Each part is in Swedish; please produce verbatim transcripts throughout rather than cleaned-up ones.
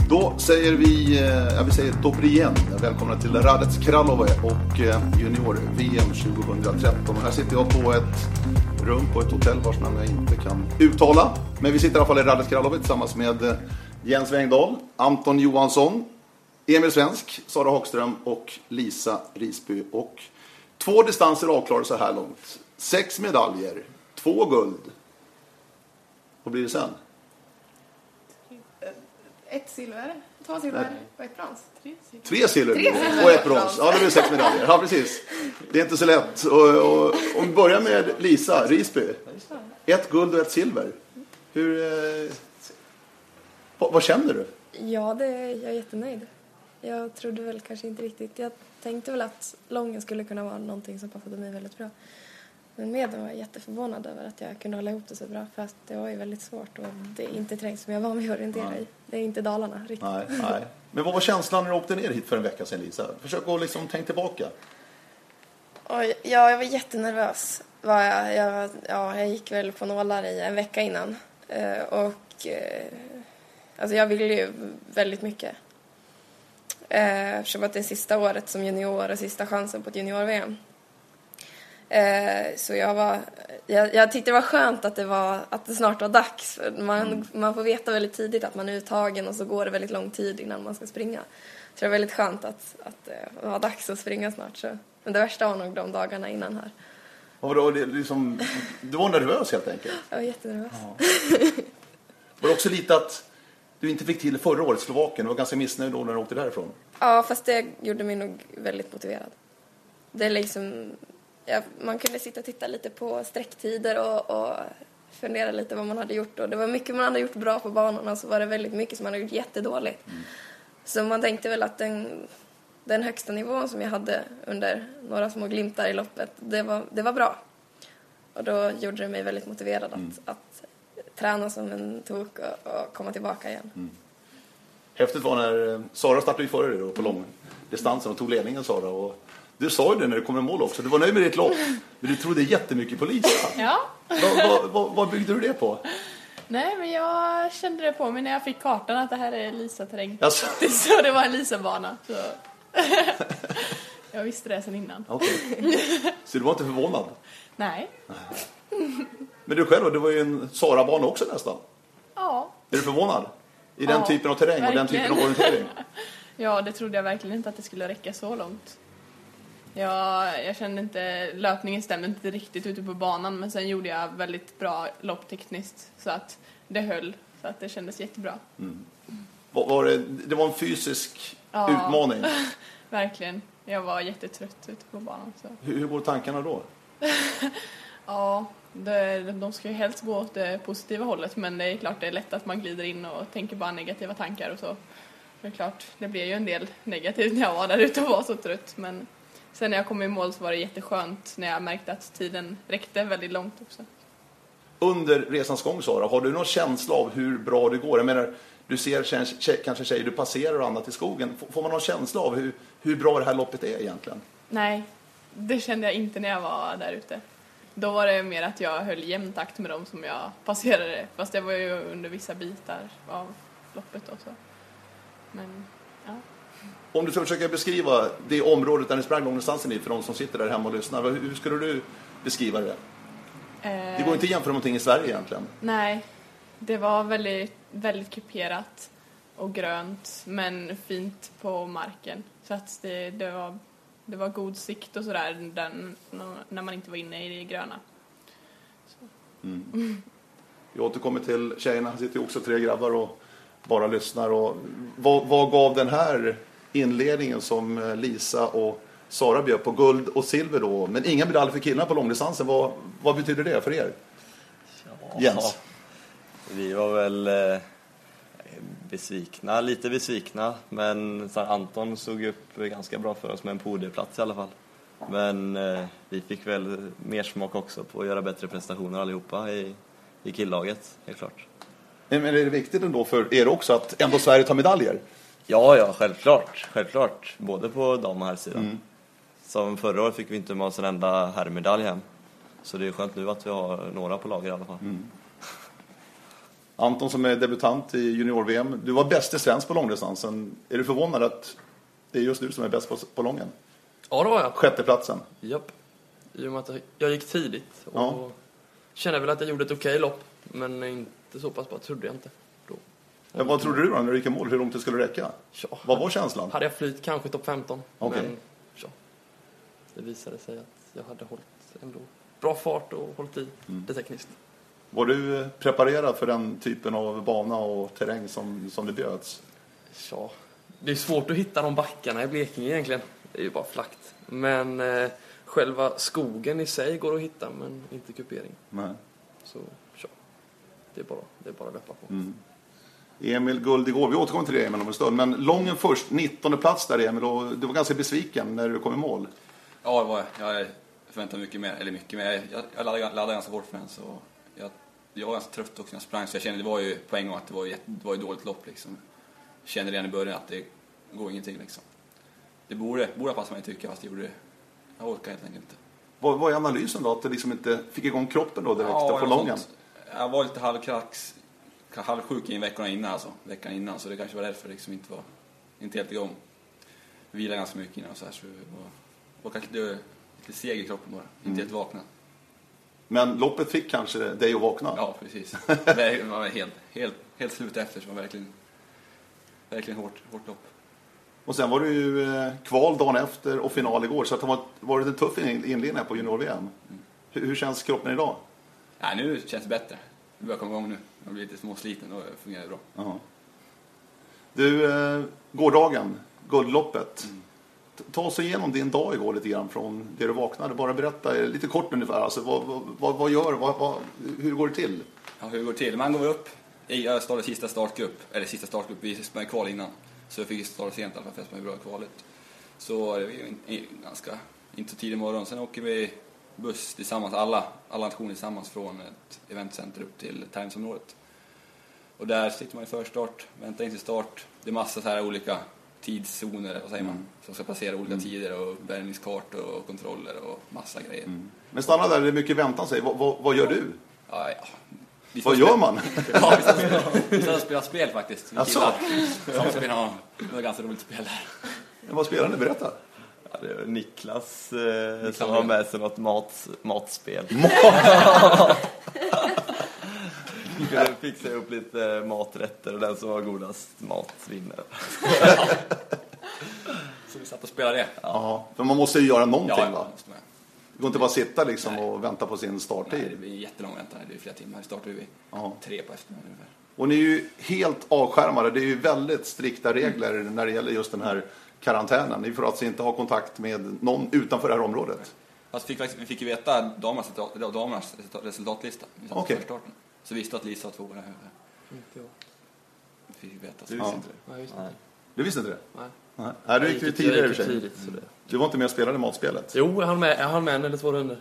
Då säger vi, ja, vi säger dobry igen. Välkomna till Hradec Králové och junior-V M tjugohundratretton. Här sitter jag på ett rum på ett hotell vars namn jag inte kan uttala. Men vi sitter i alla fall i Hradec Králové tillsammans med Jens Wengdahl, Anton Johansson, Emil Svensk, Sara Hagström och Lisa Risby. Och två distanser avklarade så här långt. Sex medaljer, två guld. Vad blir det sen? Ett silver, två silver och ett brons. Tre silver, Tre silver, Tre silver och ett brons. Ja, det blir sex medaljer. Ja, precis. Det är inte så lätt. Och, och, om vi börjar med Lisa Risby. Ett guld och ett silver. Hur, eh, vad, vad känner du? Ja, det, jag är jättenöjd. Jag trodde väl kanske inte riktigt. Jag tänkte väl att lången skulle kunna vara någonting som passade mig väldigt bra. Men med var jag jätteförvånad över att jag kunde hålla ihop det så bra. För att det var ju väldigt svårt och det är inte terräng som jag var med att orientera Nej. i. Det är inte Dalarna riktigt. Nej, nej. Men vad var känslan när du åkte ner hit för en vecka sedan, Lisa? Försök att liksom tänka tillbaka. Oj, ja, jag var jättenervös. Var jag, jag, var, ja, jag gick väl på nålar i en vecka innan. Eh, och eh, alltså jag ville ju väldigt mycket. Eh, eftersom att det är sista året som junior och sista chansen på ett junior-V M. Eh, så jag var jag, jag tyckte det var skönt att det var att det snart var dags, för man, mm. man får veta väldigt tidigt att man är uttagen och så går det väldigt lång tid innan man ska springa. Så det var väldigt skönt att, att det var dags att springa snart. Så. Men det värsta var nog de dagarna innan här. Och då, det, liksom, du var nervös helt enkelt? Jag var jättenervös. Ja. Var det också lite att du inte fick till förra året Slovakien? Du var ganska missnöjd då när du åkte därifrån. Ja, fast det gjorde mig nog väldigt motiverad. Det är liksom... Ja, man kunde sitta och titta lite på sträcktider och, och fundera lite vad man hade gjort. Och det var mycket man hade gjort bra på banorna, så var det väldigt mycket som man hade gjort jättedåligt. Mm. Så man tänkte väl att den, den högsta nivån som jag hade under några små glimtar i loppet, det var, det var bra. Och då gjorde det mig väldigt motiverad mm. att, att träna som en tok och, och komma tillbaka igen. Mm. Häftigt var när Sara startade ju före dig då på lång distansen och tog ledningen, Sara, och du sa ju det när du kom i mål också. Du var nöjd med ditt lopp. Men du trodde jättemycket på Lisa. Ja. Vad, vad, vad, vad byggde du det på? Nej, men jag kände det på mig när jag fick kartan att det här är Lisa-terräng. Alltså. Det så det var en Lisa-bana. Så. Jag visste det sedan innan. Okej. Så du var inte förvånad? Nej. Men du själv då? Det var ju en Sara-bana också nästan. Ja. Är du förvånad? I den ja, typen av terräng verkligen. Och den typen av orientering? Ja, det trodde jag verkligen inte att det skulle räcka så långt. Ja, jag kände inte, löpningen stämde inte riktigt ute på banan, men sen gjorde jag väldigt bra lopptekniskt så att det höll, så att det kändes jättebra. Mm. Var, var det, det var en fysisk ja, utmaning? Verkligen. Jag var jättetrött ute på banan. Så. Hur, hur går tankarna då? ja, det, de ska ju helst gå åt det positiva hållet, men det är klart det är lätt att man glider in och tänker bara negativa tankar och så. Det är klart, det blir ju en del negativt när jag var där ute och var så trött, men sen när jag kom i mål så var det jätteskönt när jag märkte att tiden räckte väldigt långt också. Under resans gång, Sara, har du någon känsla av hur bra det går? Jag menar, du ser kanske tjejer du passerar och annat i skogen. Får man någon känsla av hur, hur bra det här loppet är egentligen? Nej, det kände jag inte när jag var där ute. Då var det mer att jag höll jämn takt med dem som jag passerade. Fast det var ju under vissa bitar av loppet också. Men, ja. Om du ska försöka beskriva det området där ni sprang långdistansen i för de som sitter där hemma och lyssnar, hur skulle du beskriva det? Eh, det går inte att jämföra någonting i Sverige egentligen. Nej, det var väldigt, väldigt kuperat och grönt, men fint på marken. Så att det, det, var, det var god sikt och sådär den, när man inte var inne i det gröna. Så. Mm. Mm. Jag återkommer till tjejerna, här sitter ju också tre grabbar och bara lyssnar. Och vad, vad gav den här inledningen som Lisa och Sara bjöd på, guld och silver då, men inga medaljer för killarna på långdistansen? Vad, vad betyder det för er? Ja, Jens? Vi var väl eh, besvikna, lite besvikna, men så Anton såg upp ganska bra för oss med en podieplats i alla fall. Men eh, vi fick väl mer smak också på att göra bättre prestationer allihopa i, i killlaget, helt klart. Men är det viktigt ändå för er också att ändå Sverige tar medaljer? Ja, ja, självklart. Självklart. Både på dam- och herrsidan. Mm. Som förra året fick vi inte med oss en enda herrmedalj hem. Så det är skönt nu att vi har några på lager i alla fall. Mm. Anton som är debutant i junior-V M. Du var bäst i svensk på långdistansen. Är du förvånad att det är just du som är bäst på, på lången? Ja, det var jag. Sjätteplatsen. Japp. I och med att jag gick tidigt. Och Ja. kände väl att jag gjorde ett okej lopp. Men inte så pass bra, trodde jag inte. Då. Ja, vad trodde du då när du gick i mål? Hur långt det skulle räcka? Ja. Vad var känslan? Hade jag flyt kanske topp femton. Okej. Men ja, det visade sig att jag hade hållit ändå bra fart och hållit i Mm. det tekniskt. Var du preparerad för den typen av bana och terräng som, som det bjöds? Ja, det är svårt att hitta de backarna i Blekinge egentligen. Det är ju bara flakt. Men eh, själva skogen i sig går att hitta, men inte kupering. Nej. Så ja, det är bara, det är bara att löpa på. Mm. Emil guld igår. Vi återkommer till det Emil om en stund. Men lången först, nittonde plats där Emil. Och du var ganska besviken när du kom i mål. Ja, det var jag. Jag förväntade mycket mer, eller mycket mer. Jag, jag laddade, laddade ganska hårt för den, så jag, jag var ganska trött också när jag sprang. Så jag kände, det var ju poäng om att det var ju ett, det var ju dåligt lopp liksom. Jag kände redan i början att det går ingenting liksom. Det borde, borde passa mig tycker jag, fast det gjorde det. Jag orkar helt enkelt inte. Vad, vad är analysen då? Att du liksom inte fick igång kroppen då direkt Ja, på lången? sånt. Jag var lite halvkrax, halvsjuk i en veckorna innan alltså. Veckan innan, så det kanske var därför liksom inte var inte helt igång. Jag vilade ganska mycket innan och så här, så det var, var kanske lite, lite seg i kroppen bara. Inte Mm. helt vakna. Men loppet fick kanske dig att vakna? Ja, precis. Det var helt, helt, helt slut efter, så var verkligen, verkligen hårt, hårt lopp. Och sen var det ju eh, kval dagen efter och final igår. Så att det var, var det en tuff inledning på junior-V M. Mm. Hur, hur känns kroppen idag? Ja, nu känns det bättre. Det börjar komma igång nu. Jag blir lite småsliten och det fungerar bra. Aha. Du, eh, gårdagen, guldloppet. Mm. Ta oss igenom din dag igår lite grann från det du vaknade. Bara berätta lite kort ungefär. Alltså, vad, vad, vad gör vad, vad, hur går det till? Ja, hur går det till? Man går upp. Jag startade sista startgrupp. Eller sista startgrupp, vi sprang kval innan. Så jag fick starta sent i alla fall för att jag sprang bra i kvalet. Så det var ganska, inte så tidig morgon. Sen åker vi buss tillsammans, alla, alla nationer tillsammans från ett eventcenter upp till tävlingsområdet. Och där sitter man i förstart, väntar in till start. Det är massa så här olika tidszoner, vad säger man, som ska passera olika mm. tider och bärgningskartor och kontroller och massa grejer. Mm. Men stanna där, det är mycket väntan sig. Vad, vad, vad gör du? Ja, ja. Vad gör man? Ja, vi ska spela spel faktiskt. Vi alltså? ja, det var ganska roligt spel där. Men vad spelar ni? Berätta. Ja, det är Niklas, eh, Niklas som har med sig något mat, matspel. Vi fixar upp lite maträtter och den som har godast mat vinner. Så vi satt och spelade det. Ja, för man måste ju göra någonting ja, va? Det går inte bara sitta liksom Nej. och vänta på sin starttid. Nej, det blir jättelång väntan. Det är flera timmar. Det startar vi ja. tre på eftermiddagen ungefär. Och ni är ju helt avskärmade. Det är ju väldigt strikta regler mm. när det gäller just den här karantänen. Ni får alltså inte ha kontakt med någon utanför det här området. Alltså fick, vi fick ju veta damernas, damernas resultatlista. Okej. Okay. Så visste att Lisa var två år här. Inte jag. Vi fick veta. Du visste ja. inte det? Nej, Nej. Du visste inte det? Nej. Nej. Nej, du gick ju tidigare i och för sig. Tidigt, så det. Du var inte med och spelade matspelet? Jo, jag hann med, jag hann med en eller två runder.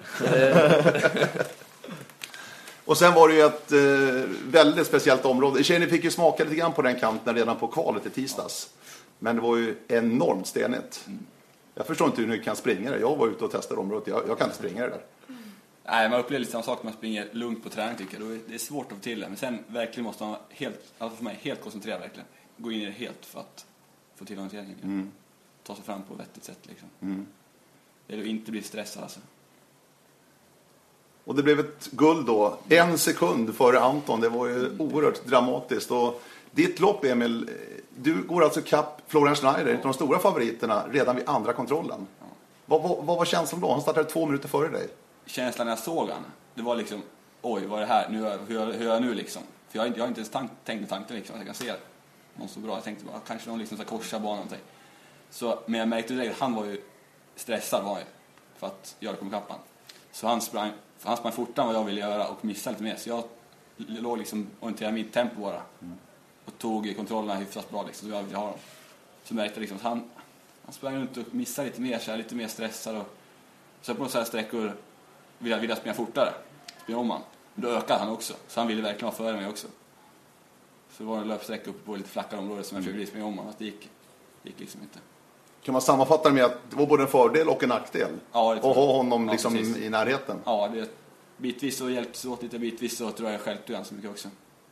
Och sen var det ju ett eh, väldigt speciellt område. Tjejerna fick ju smaka lite grann på den kanten redan på kvalet i tisdags. Men det var ju enormt stenigt. Mm. Jag förstår inte hur ni kan springa det. Jag var ute och testade området. Jag, jag kan inte springa det där. Nej, man upplever lite samma sak när man springer lugnt på träning tycker jag. Det är svårt att få till det. Men sen verkligen måste man helt, alltså för mig, helt koncentrerad verkligen. Gå in i det helt för att få till orienteringen. Mm. Ta sig fram på ett vettigt sätt liksom. Mm. Eller inte bli stressad alltså. Och det blev ett guld då. En sekund före Anton. Det var ju oerhört dramatiskt. Och ditt lopp, Emil, du går alltså kapp Florian Schneider, inte de stora favoriterna, redan vid andra kontrollen. Ja. Vad, vad, vad var känslan då? Han startade två minuter före dig. Känslan när jag såg han, det var liksom, oj, vad är det här? Nu, hur, hur är jag nu liksom? För jag har inte, jag har inte ens tank, tänkt med tanken liksom, att jag kan se någon så bra. Jag tänkte bara, kanske någon liksom ska korsa banan någonting. Så, men jag märkte direkt att han var ju stressad var ju, för att göra komkappan. Så han sprang, han sprang fortare än vad jag ville göra och missade lite mer. Så jag låg liksom och orienterade mitt tempo bara. Mm. Och tog kontrollerna hyfsat bra liksom, så jag ville ha dem. Så märkte jag liksom att han, han sprang runt och missade lite mer, så här, lite mer stressad. Och, så på några så här sträckor ville jag, ville jag springa fortare. Springa om han. Då ökade han också. Så han ville verkligen vara före mig också. Så det var en löpsträcka upp på lite flackare område som jag försökte springa om han. Att det gick, gick liksom inte. Kan man sammanfatta det med att det var både en fördel och en nackdel? Ja, det tror jag. Och ha honom liksom ja, i närheten? Ja, det, bitvis så hjälptes åt lite, bitvis så tror jag själv ganska mycket också.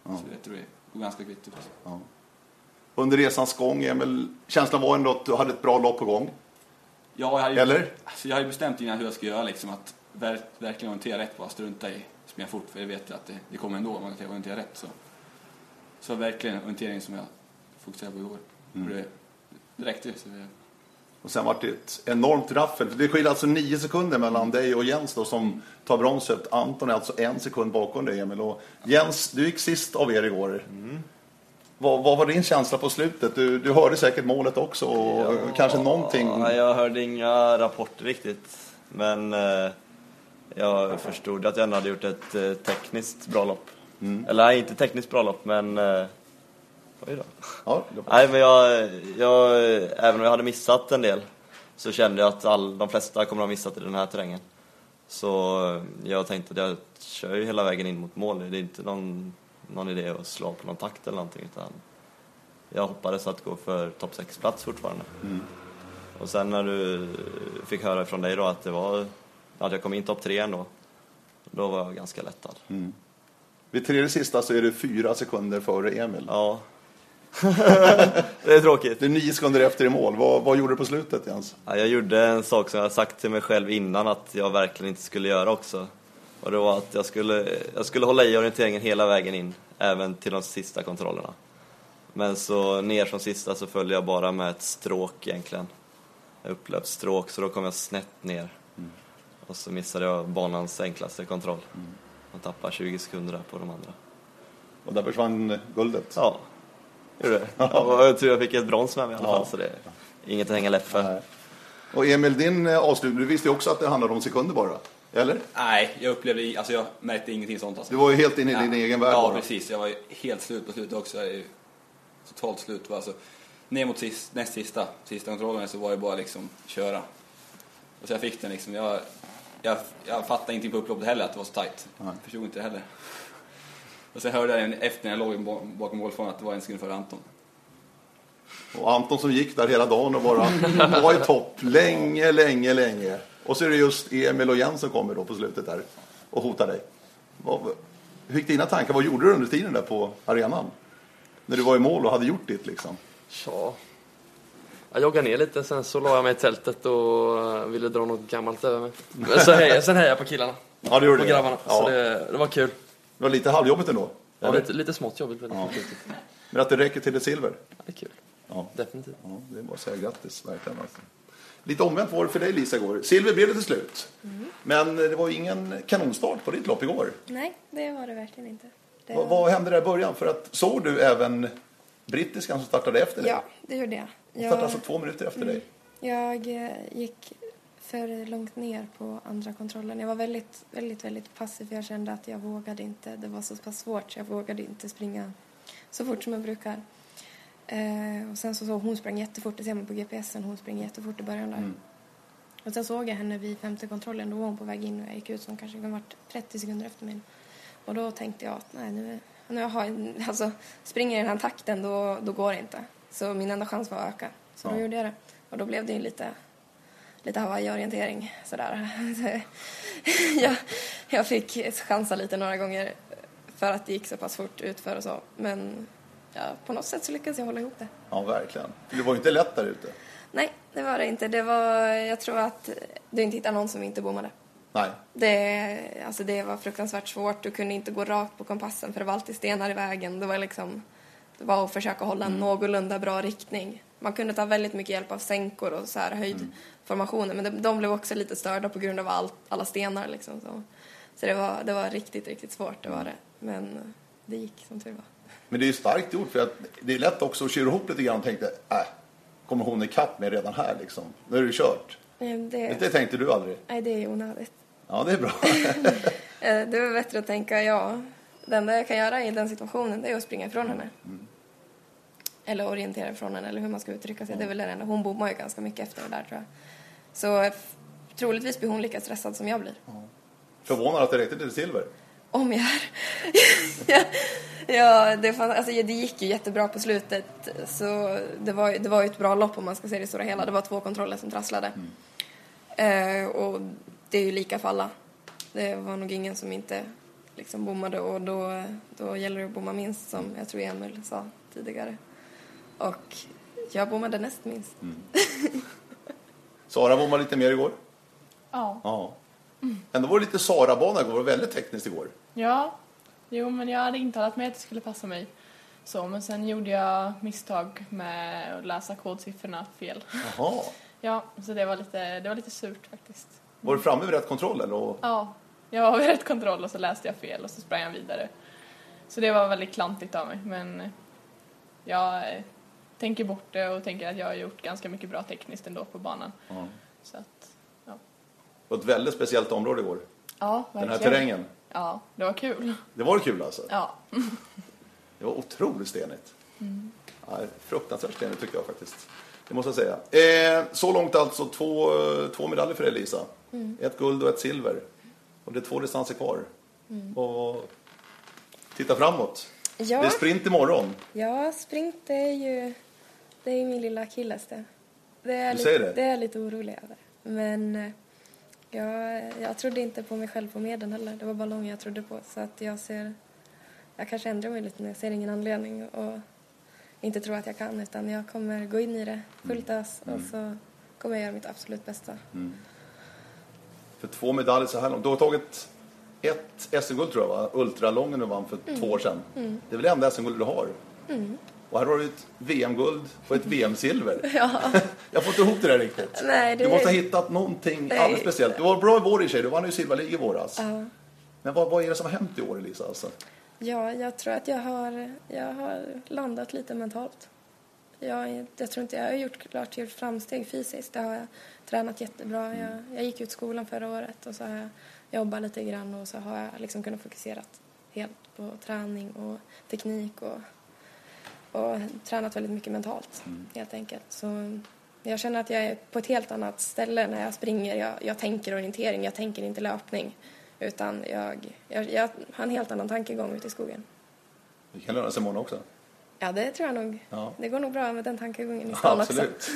Så jag tror det går ganska kvitt ut. Ja. Under resans gång, Emil, känslan var ändå att du hade ett bra lopp på gång. Ja, jag hade, Eller? Alltså jag hade bestämt innan hur jag ska göra, liksom, att ver- verkligen orientera rätt, bara strunta i springa fort, för jag vet att det, det kommer ändå om man kan orientera rätt. Så, så verkligen orientering som jag fokuserade på igår. Mm. Och det, det räckte ju. Så det... Och sen var det ett enormt raffel. Det skiljer alltså nio sekunder mellan dig och Jens då, som tar bronset. Anton är alltså en sekund bakom dig, Emil. Och Jens, du gick sist av er igår. Mm. Vad, vad var din känsla på slutet? Du, du hörde säkert målet också och ja, kanske någonting. Jag hörde inga rapporter riktigt. Men eh, jag förstod att jag hade gjort ett eh, tekniskt bra lopp. Mm. Eller nej, inte tekniskt bra lopp, men... Eh, oj då. Ja, nej, men jag, jag, även om jag hade missat en del, så kände jag att all, de flesta kommer att ha missat i den här terrängen. Så jag tänkte att jag kör ju hela vägen in mot mål. Det är inte någon... någon idé att slå på någon takt eller någonting, utan jag hoppades att gå för topp sex plats fortfarande. Mm. Och sen när du fick höra från dig då att det var att jag kom in topp tre ändå, då var jag ganska lättad. Mm. Vid tredje sista så är det fyra sekunder före Emil. Ja. Det är tråkigt. Det är nio sekunder efter i mål. Vad, vad gjorde du på slutet, Jens? Ja, jag gjorde en sak som jag sagt till mig själv innan att jag verkligen inte skulle göra också. Och det var att jag skulle, jag skulle hålla i orienteringen hela vägen in, även till de sista kontrollerna. Men så ner från sista så följde jag bara med ett stråk egentligen. Ett upplöpsstråk, så då kom jag snett ner. Mm. Och så missade jag banans enklaste kontroll. Mm. Och tappade tjugo sekunder på de andra. Och där försvann guldet? Ja, gjorde det. Ja, jag tror jag fick ett brons med mig i alla fall, ja. Så det är inget att hänga läpp för. Nej. Och Emil, din avslutning, du visste ju också att det handlade om sekunder bara. Eller? Nej, jag upplevde, alltså jag märkte ingenting sånt. Alltså. Du var ju helt inne i din egen värld. Ja, bara. Precis. Jag var ju helt slut på slutet också. Jag är ju totalt slut. Alltså, ner mot sist, näst sista, sista kontrollen så var det bara liksom köra. Och så jag fick den liksom. Jag, jag, jag fattade ingenting på upploppet heller att det var så tajt. Jag förstod inte heller. Och sen hörde jag efter när jag låg bakom målfången att det var en sekund före Anton. Och Anton som gick där hela dagen och bara var i topp länge, länge, länge. Och så är det just Emil och Jens som kommer då på slutet där och hotar dig. Vad, hur gick dina tankar? Vad gjorde du under tiden där på arenan? När du var i mål och hade gjort ditt liksom. Ja, jag joggade ner lite, sen så la jag mig i tältet och ville dra något gammalt över mig. Men så hejade, sen hejade jag på killarna. Ja, det gjorde på det. grabbarna, Ja. Så det, det var kul. Det var lite halvjobbigt ändå. Ja, lite, lite smått jobbigt. Ja. Men att det räcker till ett silver. Ja, det är kul. Ja. Definitivt. Ja, det är bara att säga grattis, verkligen. Alltså. Lite omvänt var det för dig, Lisa, igår. Silver blev det till slut. Mm. Men det var ju ingen kanonstart på ditt lopp igår. Nej, det var det verkligen inte. Det Va, var... Vad hände där i början? För att såg du även brittiskan som startade efter dig? Ja, det gjorde jag. Jag startade alltså två minuter efter mm. dig. Jag gick för långt ner på andra kontrollen. Jag var väldigt, väldigt, väldigt passiv. Jag kände att jag vågade inte. Det var så pass svårt så jag vågade inte springa så fort som jag brukar. Eh, och sen så såg hon sprang jättefort. Det ser man på G P S'en. Hon sprang jättefort i början där. Mm. Och sen såg jag henne vid femte kontrollen. Då var hon på väg in och jag gick ut som kanske varit trettio sekunder efter mig. Och då tänkte jag att nej, nu, nu jag har en, alltså, springer i den här takten då, då går det inte. Så min enda chans var att öka. Så ja. Då gjorde jag det. Och då blev det ju lite, lite Hawaii-orientering. Sådär. jag, jag fick chansa lite några gånger för att det gick så pass fort utför och så. Men ja, på något sätt så lyckades jag hålla ihop det. Ja, verkligen. För det var ju inte lätt där ute. Nej, det var det inte. Det var, jag tror att du inte hittar någon som inte bommade. Nej. Det, alltså det var fruktansvärt svårt. Du kunde inte gå rakt på kompassen för det var alltid stenar i vägen. Det var liksom, det var att försöka hålla en mm. någorlunda bra riktning. Man kunde ta väldigt mycket hjälp av sänkor och så här höjdformationer. Men de, de blev också lite störda på grund av all, alla stenar liksom. Så, så det, var, det var riktigt, riktigt svårt, det var det. Men det gick som tur var. Men det är ju starkt gjort för att det är lätt också att köra ihop lite grann och tänkte, äh, kommer hon i kapp med redan här liksom? Nu är det kört. Det, det tänkte du aldrig? Nej, det är onödigt. Ja, det är bra. Det är väl bättre att tänka, ja, det enda jag kan göra i den situationen det är att springa ifrån henne. Mm. Eller orientera ifrån henne, eller hur man ska uttrycka sig. Mm. Det är väl det enda. Hon bommar ju ganska mycket efter det där, tror jag. Så troligtvis blir hon lika stressad som jag blir. Ja. Förvånad att det räckte till silver? Om jag är. ja, ja det, fann, alltså, det gick ju jättebra på slutet. Så det var, det var ju ett bra lopp om man ska säga det stora hela. Det var två kontroller som trasslade. Mm. Eh, och det är ju lika för alla. Det var nog ingen som inte liksom bommade och då, då gäller det att bomma minst som jag tror Emil sa tidigare. Och jag bommade näst minst. Mm. Sara bommade lite mer igår. Ja. Ja. Ändå var det lite Sara-bana igår, väldigt tekniskt igår. Ja, jo men jag hade intalat mig att det skulle passa mig. Så, men sen gjorde jag misstag med att läsa kodsiffrorna fel. Jaha. Ja, så det var lite, det var lite surt faktiskt. Var du framme vid rätt kontroll eller? Och... Ja, jag var vid rätt kontroll och så läste jag fel och så sprang jag vidare. Så det var väldigt klantigt av mig, men jag tänker bort det och tänker att jag har gjort ganska mycket bra tekniskt ändå på banan. Ja. Så att, ja. Det var ett väldigt speciellt område igår. Ja, verkligen. Den här terrängen. Ja, det var kul. Det var kul alltså? Ja. Det var otroligt stenigt. Mm. Ja, fruktansvärt stenigt tycker jag faktiskt. Det måste jag säga. Eh, så långt alltså två, två medaljer för Elisa. Mm. Ett guld och ett silver. Och det är två distanser kvar. Mm. Och titta framåt. Ja. Det är sprint imorgon. Ja, sprint det är ju det är min lilla killes det. Det är, du lite, säger det? det är lite orolig över. Men jag, jag trodde inte på mig själv på medlen heller. Det var ballong jag trodde på. Så att jag ser... Jag kanske ändrar mig lite nu. Jag ser ingen anledning och inte tror att jag kan. Utan jag kommer gå in i det fullt ös. Mm. Och så kommer jag göra mitt absolut bästa. Mm. För två medaljer så här långt. Du har tagit ett S M-guld tror jag va? Ultralången du vann för mm. två år sedan. Mm. Det är väl det enda S M-guld du har? Mm. Och här har du ett V M-guld och ett V M-silver. Ja. Jag får inte ihop det där riktigt. Nej, det... Du måste ha hittat någonting Nej. alldeles speciellt. Du var bra i vår i sig. Du vann ju silverlig i våras. Ja. Men vad, vad är det som har hänt i år, Elisa? Alltså? Ja, jag tror att jag har, jag har landat lite mentalt. Jag, jag tror inte jag har gjort klart gjort framsteg fysiskt. Det har jag tränat jättebra. Mm. Jag, jag gick ut skolan förra året och så har jag jobbat lite grann och så har jag liksom kunnat fokusera helt på träning och teknik och, och tränat väldigt mycket mentalt mm. helt enkelt. Så jag känner att jag är på ett helt annat ställe när jag springer. Jag, jag tänker orientering, jag tänker inte löpning. Utan jag, jag, jag har en helt annan tankegång ute i skogen. Det kan löna sig imorgon också. Ja, det tror jag nog. Ja. Det går nog bra med den tankegången i stan också. Absolut.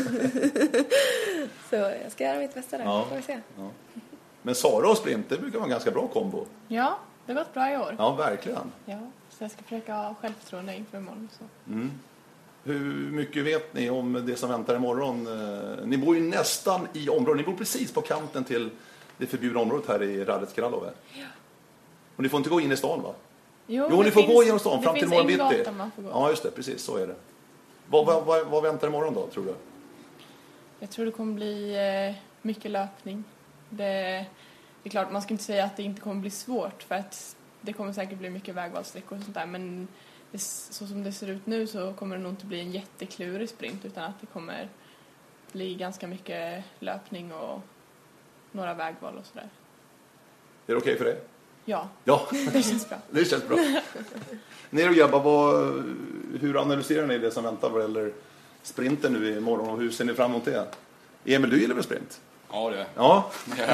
Så jag ska göra mitt bästa där, ja. Får vi se. Ja. Men Sara och sprint, det brukar vara en ganska bra kombo. Ja, det har gått bra i år. Ja, verkligen. Ja, så jag ska försöka ha självförtroende inför imorgon. Så. Mm. Hur mycket vet ni om det som väntar imorgon? Ni bor ju nästan i området. Ni bor precis på kanten till det förbjudna området här i Hradec Králové. Ja. Och ni får inte gå in i stan va? Jo, jo ni får finns, gå genom stan fram till morgon bitti. Det finns en gata man får gå. Ja, just det. Precis, så är det. Vad, vad, vad, vad väntar imorgon då, tror du? Jag tror det kommer bli eh, mycket löpning. Det, det är klart, man ska inte säga att det inte kommer bli svårt. För att det kommer säkert bli mycket vägvalssträckor och sånt där. Men det, så som det ser ut nu så kommer det nog inte bli en jätteklurig sprint. Utan att det kommer bli ganska mycket löpning och några vägval och sådär. Är det okej för dig? Ja, ja. Det känns bra. Det känns bra. Ni och grabbar, vad, hur analyserar ni det som väntar vad gäller sprinten nu imorgon och hur ser ni fram emot det? Emil, du gillar väl sprint? Ja, det är Ja.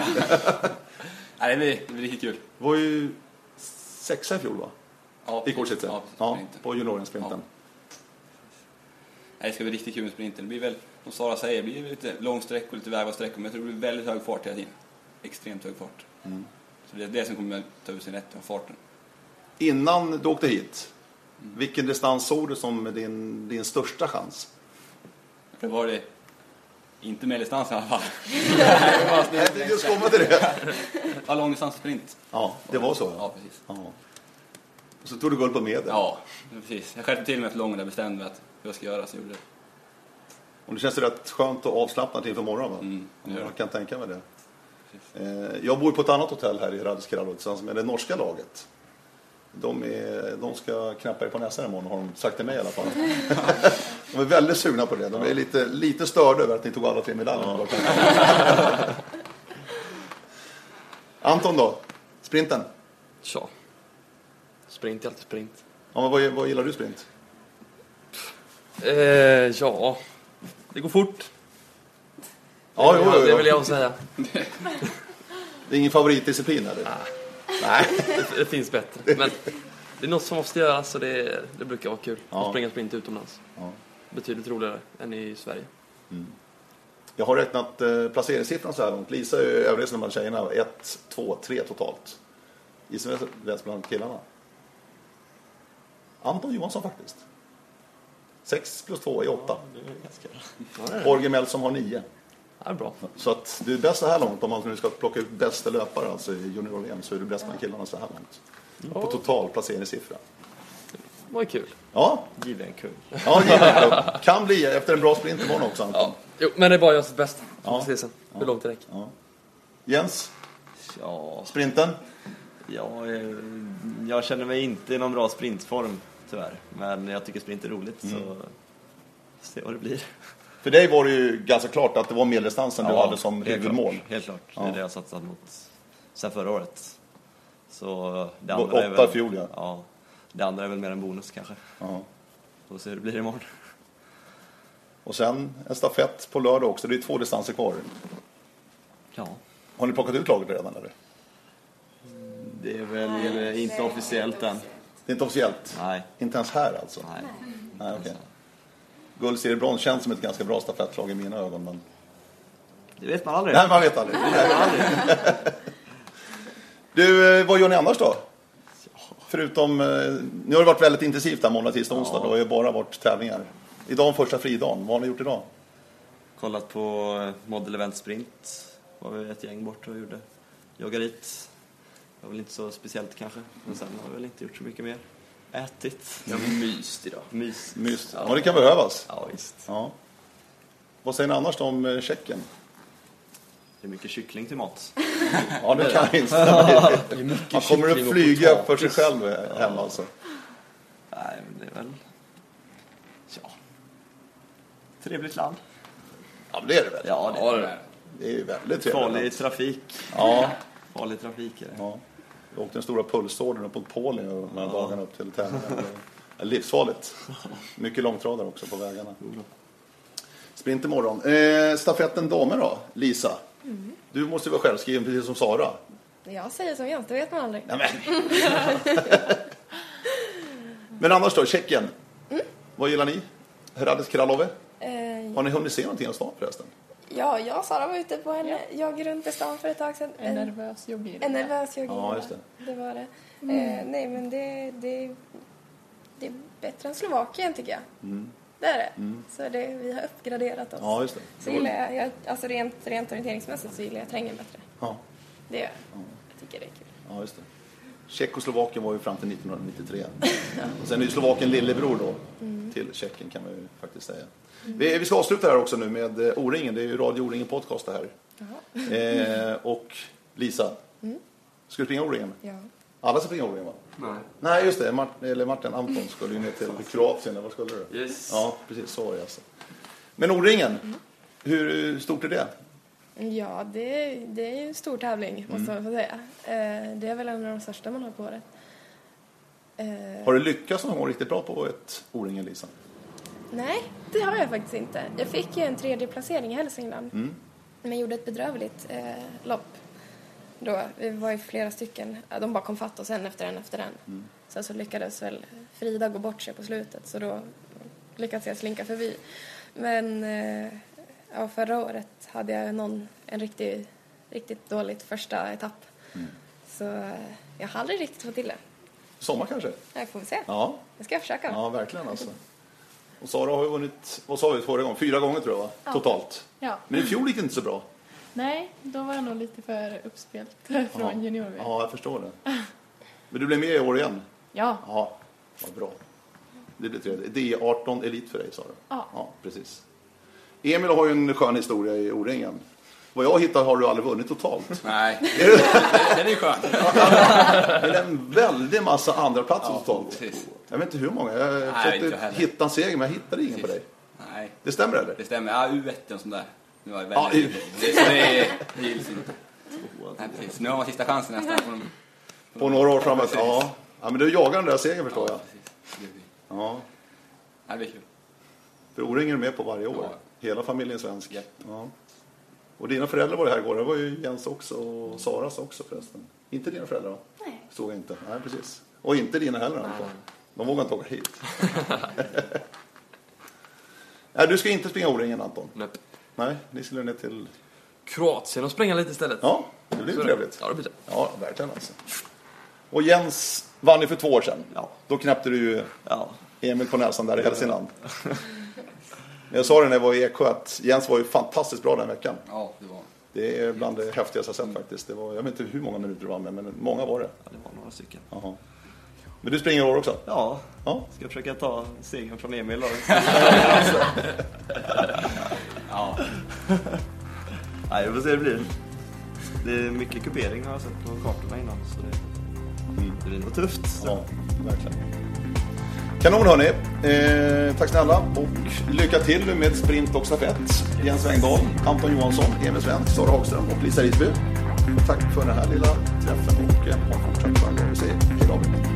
Nej, det blir, det blir riktigt kul. Det var ju sexa i fjol va? Ja, i kortsitt. Ja, ja, på juniorsprinten. Ja. Nej, det ska bli riktigt kul med sprinten. Det blir väl, som Sara säger, det blir lite långsträck och lite vägvalssträckor. Men jag tror det blir väldigt hög fart hela tiden. Extremt hög fart. Mm. Så det är det som kommer ta ut sin rätt av farten. Innan du åkte hit, mm. vilken distans såg du som din, din största chans? Det var det inte medeldistans i alla fall. Nej, jag tänkte just komma till det. Ja, långdistans sprint. Ja, det var så. Ja, precis. Ja. Och så tog du guld på medel. Ja, precis. Jag skärpte till mig efter lången där bestämde mig att hur jag ska göra, så gjorde det. Och det känns rätt skönt och avslappnat inför morgonen va? Mm, jag kan tänka mig det. Precis. Jag bor på ett annat hotell här i Hradec Králové tillsammans med det norska laget. De, är, de ska knäppa er på näsan imorgon, har de sagt till mig i alla fall. De är väldigt sugna på det. De är lite, lite störda över att ni tog alla tre medaljer. Ja. Anton då? Sprinten? Ja. Sprint är alltid sprint. Ja, men vad, vad gillar du sprint? Eh, ja, det går fort. Ja, det, jo, jo, jo. det vill jag säga. Det är ingen favoritdisciplin eller? Nej. Nej. Det, det finns bättre. Men det är något som måste göras, så det, det brukar vara kul. Ja. Att springa sprint utomlands. Ja. Betydligt roligare än i Sverige. Mm. Jag har räknat eh, placeringssiffran så här långt. Lisa är överlägsen bland tjejerna. ett, två, tre totalt. Gissa vem som är bäst bland killarna? Anton Johansson faktiskt. sex plus två är åtta. Det är ganska... Jorge Melsom har nio. Ja, bra. Så att du är bäst så här långt. Om man nu ska plocka ut bästa löpare alltså i junior-V M, så är du bäst bland killarna så här långt. På total placeringssiffra. Det var kul. Ja, Given kul. ja given. Kan bli efter en bra sprint imorgon också, Anton. Ja. Jo, men det är bara jag som är bäst. Ja. Ja. Se sen hur långt det räcker. Ja. Jens, Ja, sprinten? ja, eh, jag känner mig inte i någon bra sprintform tyvärr. Men jag tycker sprint är roligt så se vad det blir. För dig var det ju ganska klart att det var medeldistansen du hade som helt huvudmål. klart, helt klart. Det Ja. är det jag har satsat mot sen förra året. Så det Åtta andra är i väl, fjol, ja. ja. Det andra är väl mer en bonus kanske. Ja. Får se hur det blir imorgon. Och sen en stafett på lördag också. Det är två distanser kvar. Ja. Har ni plockat ut laget redan eller? Det är väl eh, inte officiellt än. Det är inte officiellt? Nej. Inte ens här alltså? Nej. Nej, okej. Guld, silver, brons känns som ett ganska bra stafettlag i mina ögon. Men... Det vet man aldrig. Nej, man vet aldrig. Du, vad gör ni annars då? Förutom, nu har det varit väldigt intensivt här måndag, tisdag, onsdag. Det har ju bara varit tävlingar. Idag är första fridagen. Vad har ni gjort idag? Kollat på Model Event Sprint. Var vi ett gäng bort och gjorde. Joggar dit. Det var väl inte så speciellt kanske. Men sen har vi väl inte gjort så mycket mer. Ätit. Jag har myst idag. Mys. Myst. Ja, det kan behövas. Ja, visst. Ja. Vad säger ni annars då om Tjeckien? Det är mycket kyckling till mat. Ja, det kan jag instämma i. Man kommer att flyga för sig själv hemma alltså. Nej, men det är väl... Ja. Trevligt land. Ja, men det är det väl. Ja, det Ja, är det det. är. Det är ju väldigt trevligt. Farlig trafik. Ja. Farlig trafik är det. Ja. Jag åkte den stora pulsådern upp mot Polen och de här dagarna upp till tävlingen. Det är livsfarligt. Mycket långtradare också på vägarna. Sprint imorgon. Eh, stafetten damer då, Lisa. Mm. Du måste ju vara självskriven precis som Sara. Jag säger som Jens, det vet man aldrig. Nej, men. men annars då, Tjeckien. Mm. Vad gillar ni? Hradec Králové. Eh, Har ni hunnit se någonting av stan förresten? ja, jag och Sara var ute på en jogg runt i stan för ett tag sedan. En nervös jogging. En nervös jogging. Ja, just det. Det var det. Eh, nej, men det, det, det är bättre än Slovakien tycker jag. Mm. Det är det. Så det, vi har uppgraderat oss. Ja, just det. Så gillar jag, jag, alltså rent, rent orienteringsmässigt så gillar jag terrängen bättre. Ja, Det gör jag. Jag tycker det är kul. ja just det. Tjeckoslovakien var ju fram till nittonhundranittiotre. Och sen är ju Slovakien lillebror då till Tjeckien kan man ju faktiskt säga. Vi, vi ska avsluta här också nu med eh, O-ringen. Det är ju Radio O-ringen podcast det här. Eh, och Lisa, ska du springa O-ringen? Ja. Alla ska springa O-ringen va? Nej. Nej just det, Martin, eller Martin Anton skulle ju ner till Kroatien, eller vad skulle du? Yes. Ja, precis, så var det alltså. Men O-ringen, hur stort är det? Ja, det, det är ju en stor tävling måste man få säga. Eh, det är väl en av de största man har på året. Eh, Har du lyckats någon gång riktigt bra på ett O-ringen, Lisa? nej, det har jag faktiskt inte. Jag fick ju en tredje placering i Hälsingland. Mm. Men gjorde ett bedrövligt eh, lopp. Då, vi var ju flera stycken. Ja, de bara kom fatt oss en efter en efter en. Mm. Sen så lyckades väl Frida gå bort sig på slutet. Så då lyckades jag slinka förbi. Men eh, ja, förra året hade jag någon, en riktigt, riktigt dåligt första etapp. Mm. Så eh, jag har aldrig riktigt fått till det. Sommar kanske? Jag får vi se. Ja, Jag ska försöka. ja verkligen alltså. Och Sara har ju vunnit, vad sa vi förra gången? Fyra gånger tror jag va? Ja. Totalt. Ja. Men i fjol gick det inte så bra. Nej, då var jag nog lite för uppspelt från Ja. junior-V. Ja, jag förstår det. Men du blev med i år igen? Ja. Ja, vad bra. Det blir trevligt. D arton Elit för dig, Sara. Ja. Ja, precis. Emil har ju en skön historia i O-ringen. Vad jag hittar har du aldrig vunnit totalt. Nej, det är ju skönt. Det är en väldig massa andra platser Ja, totalt. precis. Jag vet inte hur många. Jag Nej, inte försökte jag heller. hitta en seger, men jag hittade ingen på dig. Nej, Det stämmer eller? det stämmer. Ja, U ett och sånt där. Det var Ja, väldigt... U- det, så det, är- det gills inte. Nej, precis. Nu har man sista chansen nästan. På, de, På några år framåt. Precis. Ja. Ja, men du jagar den där segern förstår jag. precis. Det blir, Ja. ja, det blir kul. För O-ringen är med på varje år. Ja. Hela familjen svensk. Japp. Ja. Och dina föräldrar var det här igår. Det var ju Jens också och Saras också förresten. Inte dina föräldrar va? Nej. Såg jag inte. Nej, precis. Och inte dina heller Anton. De vågar inte åka hit. Nej, du ska inte springa O-ringen Anton. Nej. Nej, ni skulle ner till... Kroatien och spränga lite istället. Ja, det blir Så trevligt. Ja, det blir det. Ja, verkligen alltså. Och Jens vann ju för två år sedan. Ja. Då knäppte du ju Ja. Emil på näsan där i Hälsingland. Jag sa det när jag var i Eksjö att Jens var ju fantastiskt bra den veckan. Ja, det var. Det är bland det häftigaste jag sett faktiskt. Det var, jag vet inte hur många minuter du var med, men många var det. Ja, det var några stycken. Jaha. Men du springer i år också? Ja, Ja. ska försöka ta segern från Emil då. Ja. Nej, jag får se hur det blir. Det är mycket kupering har jag sett på kartorna innan, så det, Mm. det blir nog tufft. Ja, verkligen. Kanon hörni. Eh, tack snälla och lycka till nu med sprint och stafett. Jens Wengdahl, Anton Johansson, Emil Svensk, Sara Hagström och Lisa Risby. Och tack för den här lilla träffen och eh, ha en fortsatt framgång. Vi säger hej då.